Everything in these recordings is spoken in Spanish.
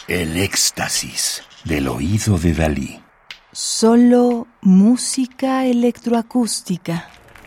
El éxtasis del oído de Dalí. Solo música electroacústica.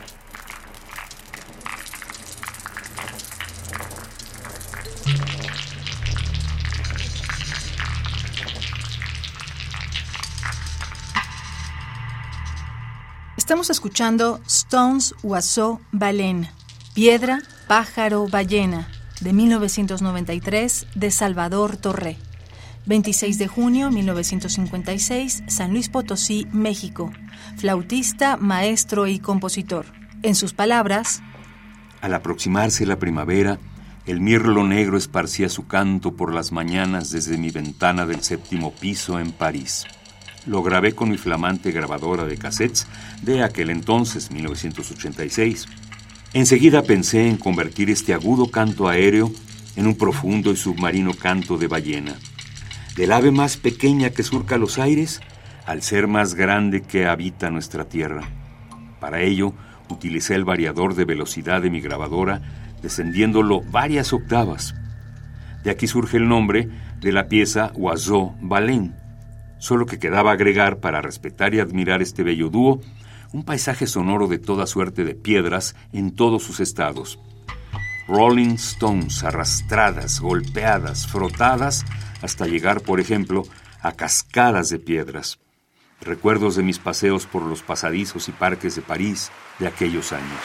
Estamos escuchando Stones, Oiseau, Baleine, Piedra, Pájaro, Ballena, de 1993, de Salvador Torré. 26 de junio 1956, San Luis Potosí, México. Flautista, maestro y compositor. En sus palabras: al aproximarse la primavera, el mirlo negro esparcía su canto por las mañanas desde mi ventana del 7º piso en París. Lo grabé con mi flamante grabadora de cassettes de aquel entonces, 1986. Enseguida pensé en convertir este agudo canto aéreo en un profundo y submarino canto de ballena. Del ave más pequeña que surca los aires al ser más grande que habita nuestra tierra. Para ello, utilicé el variador de velocidad de mi grabadora, descendiéndolo varias octavas. De aquí surge el nombre de la pieza Oiseau, Baleine. Solo que quedaba agregar, para respetar y admirar este bello dúo, un paisaje sonoro de toda suerte de piedras en todos sus estados. Rolling Stones arrastradas, golpeadas, frotadas, hasta llegar, por ejemplo, a cascadas de piedras. Recuerdos de mis paseos por los pasadizos y parques de París de aquellos años.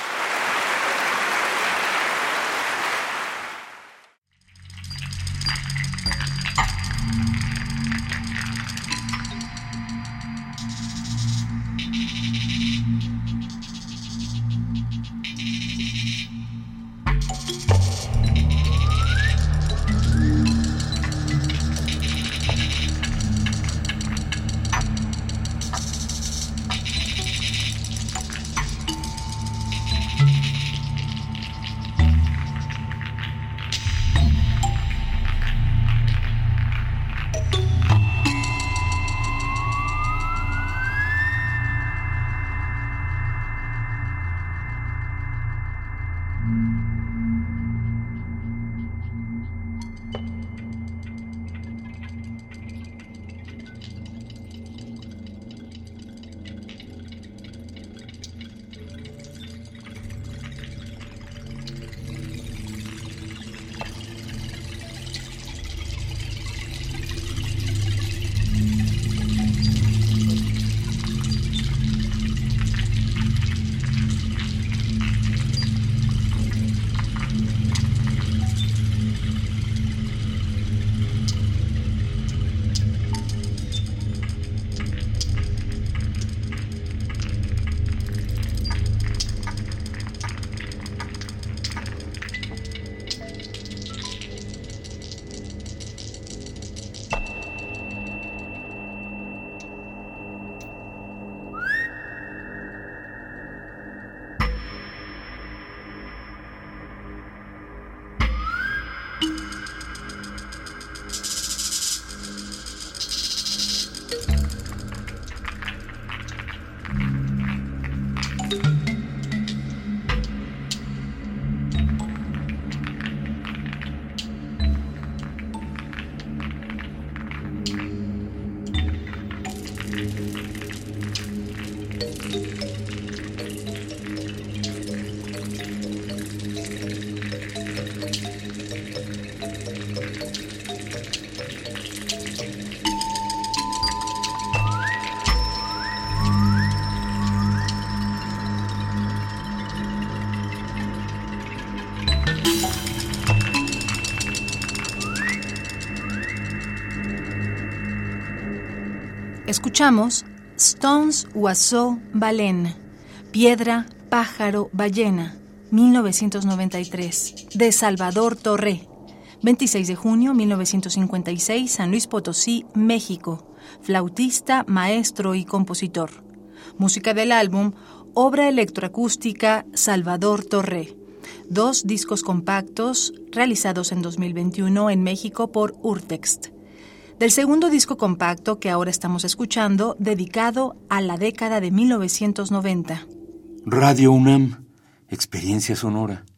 Escuchamos Stones, Oiseau, Baleine, Piedra, Pájaro, Ballena, 1993, de Salvador Torré. 26 de junio 1956, San Luis Potosí, México. Flautista, maestro y compositor. Música del álbum Obra electroacústica Salvador Torré. 2 discos compactos realizados en 2021 en México por Urtext. Del segundo disco compacto que ahora estamos escuchando, dedicado a la década de 1990. Radio UNAM, experiencia sonora.